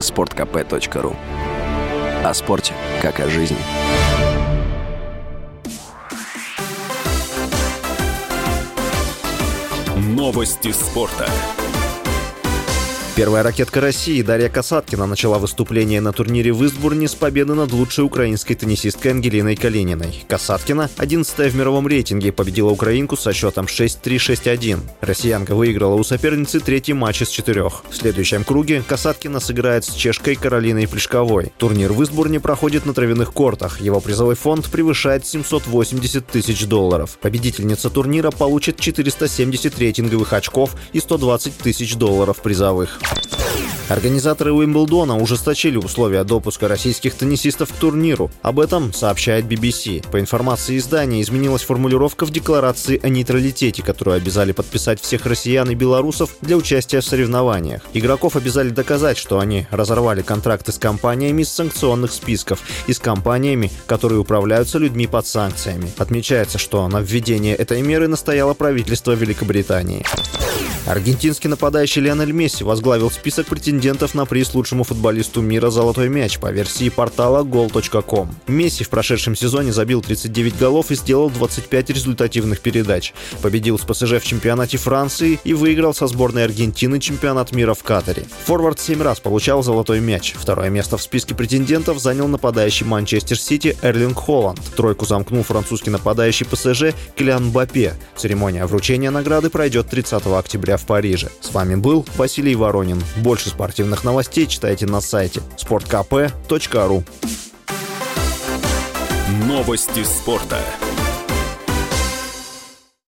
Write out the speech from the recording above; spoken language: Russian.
sportkp.ru. О спорте, как о жизни. Новости спорта. Первая ракетка России Дарья Касаткина начала выступление на турнире в Истбурне с победы над лучшей украинской теннисисткой Ангелиной Калининой. Касаткина, 11-я в мировом рейтинге, победила украинку со счетом 6-3-6-1. Россиянка выиграла у соперницы 3-й матч из 4. В следующем круге Касаткина сыграет с чешкой Каролиной Плишковой. Турнир в Истбурне проходит на травяных кортах. Его призовой фонд превышает $780 тысяч. Победительница турнира получит 470 рейтинговых очков и $120 тысяч призовых. Организаторы Уимблдона ужесточили условия допуска российских теннисистов к турниру. Об этом сообщает BBC. По информации издания, изменилась формулировка в декларации о нейтралитете, которую обязали подписать всех россиян и белорусов для участия в соревнованиях. Игроков обязали доказать, что они разорвали контракты с компаниями из санкционных списков и с компаниями, которые управляются людьми под санкциями. Отмечается, что на введение этой меры настояло правительство Великобритании. Аргентинский нападающий Лионель Месси возглавил список претендентов на приз лучшему футболисту мира «Золотой мяч» по версии портала goal.com. Месси в прошедшем сезоне забил 39 голов и сделал 25 результативных передач. Победил с ПСЖ в чемпионате Франции и выиграл со сборной Аргентины чемпионат мира в Катаре. Форвард 7 раз получал «Золотой мяч». Второе место в списке претендентов занял нападающий Манчестер Сити Эрлинг Холланд. Тройку замкнул французский нападающий ПСЖ Килиан Мбаппе. Церемония вручения награды пройдет 30 октября в Париже. С вами был Василий Воронин. Больше спортивных новостей читайте на сайте sportkp.ru. Новости спорта.